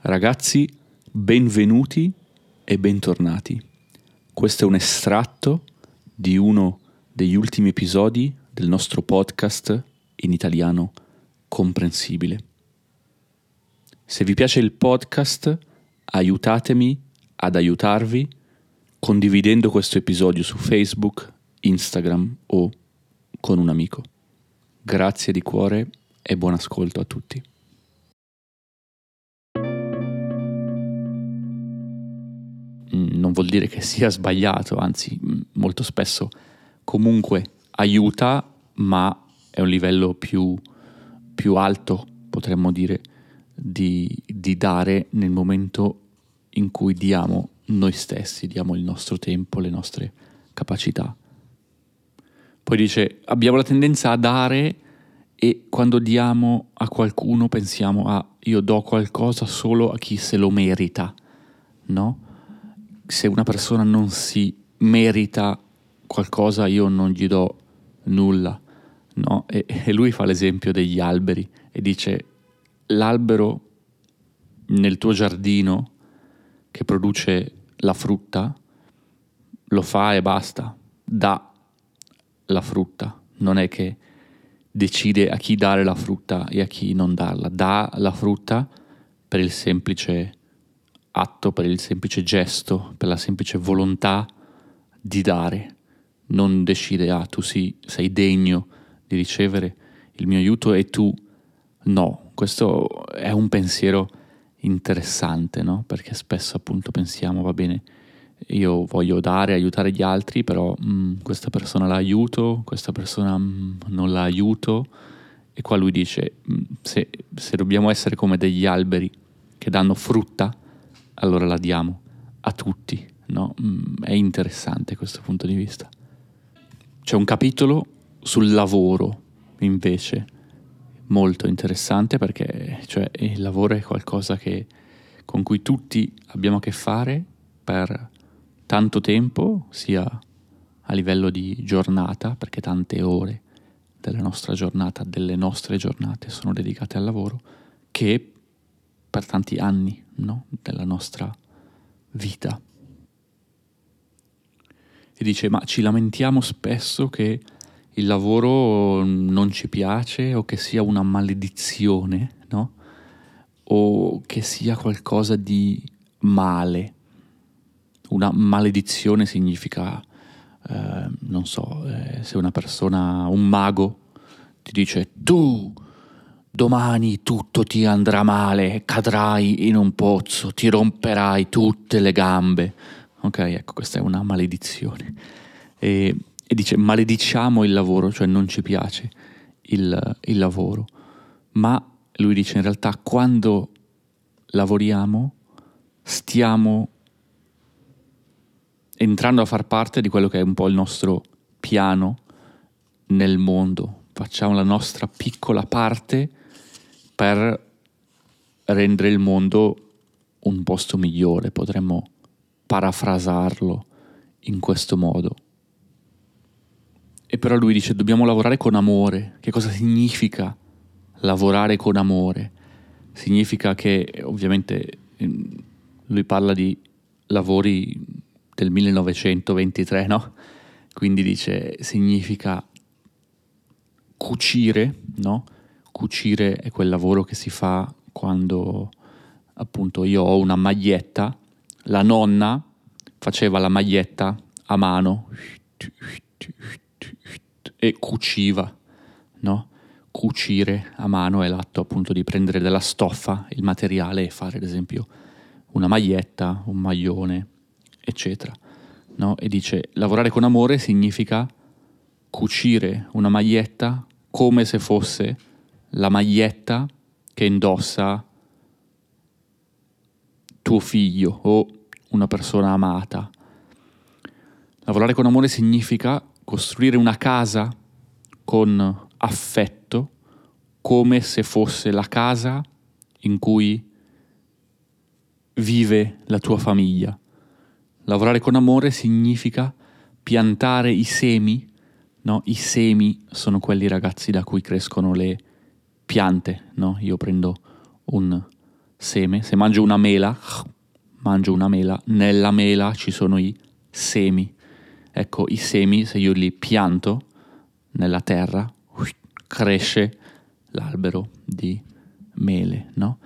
Ragazzi, benvenuti e bentornati. Questo è un estratto di uno degli ultimi episodi del nostro podcast in italiano comprensibile. Se vi piace il podcast, aiutatemi ad aiutarvi condividendo questo episodio su Facebook, Instagram o con un amico. Grazie di cuore e buon ascolto a tutti. Non vuol dire che sia sbagliato, anzi molto spesso comunque aiuta, ma è un livello più alto, potremmo dire, di dare nel momento in cui diamo noi stessi, diamo il nostro tempo, le nostre capacità. Poi dice, abbiamo la tendenza a dare e quando diamo a qualcuno pensiamo io do qualcosa solo a chi se lo merita, no? Se una persona non si merita qualcosa io non gli do nulla, no? E lui fa l'esempio degli alberi e dice l'albero nel tuo giardino che produce la frutta lo fa e basta, dà la frutta, non è che decide a chi dare la frutta e a chi non darla, dà la frutta per il semplice atto, per il semplice gesto, per la semplice volontà di dare. Non decide, tu sei degno di ricevere il mio aiuto e tu no. Questo è un pensiero interessante, no? Perché spesso appunto pensiamo, va bene, io voglio dare, aiutare gli altri, però questa persona la aiuto, questa persona non la aiuto. E qua lui dice, se dobbiamo essere come degli alberi che danno frutta, allora la diamo a tutti, no? È interessante questo punto di vista. C'è un capitolo sul lavoro, invece, molto interessante perché cioè, il lavoro è qualcosa con cui tutti abbiamo a che fare per tanto tempo, sia a livello di giornata, perché tante ore della nostra giornata, delle nostre giornate sono dedicate al lavoro, che per tanti anni, no? Della nostra vita. E dice, ma ci lamentiamo spesso che il lavoro non ci piace o che sia una maledizione, no? O che sia qualcosa di male. Una maledizione significa, non so, se una persona, un mago, ti dice tu domani tutto ti andrà male, cadrai in un pozzo, ti romperai tutte le gambe. Ok, ecco, questa è una maledizione. E dice, malediciamo il lavoro, cioè non ci piace il lavoro. Ma lui dice, in realtà, quando lavoriamo, stiamo entrando a far parte di quello che è un po' il nostro piano nel mondo. Facciamo la nostra piccola parte per rendere il mondo un posto migliore, potremmo parafrasarlo in questo modo. E però lui dice dobbiamo lavorare con amore. Che cosa significa lavorare con amore? Significa che ovviamente lui parla di lavori del 1923, no? Quindi dice significa cucire, no? Cucire è quel lavoro che si fa quando appunto io ho una maglietta, la nonna faceva la maglietta a mano e cuciva, no? Cucire a mano è l'atto appunto di prendere della stoffa, il materiale e fare ad esempio una maglietta, un maglione, eccetera, no? E dice lavorare con amore significa cucire una maglietta come se fosse la maglietta che indossa tuo figlio o una persona amata. Lavorare con amore significa costruire una casa con affetto come se fosse la casa in cui vive la tua famiglia. Lavorare con amore significa piantare i semi, no? I semi sono quelli, ragazzi, da cui crescono le piante, no? Io prendo un seme. Se mangio una mela, nella mela ci sono i semi. Ecco, i semi, se io li pianto nella terra, cresce l'albero di mele, no?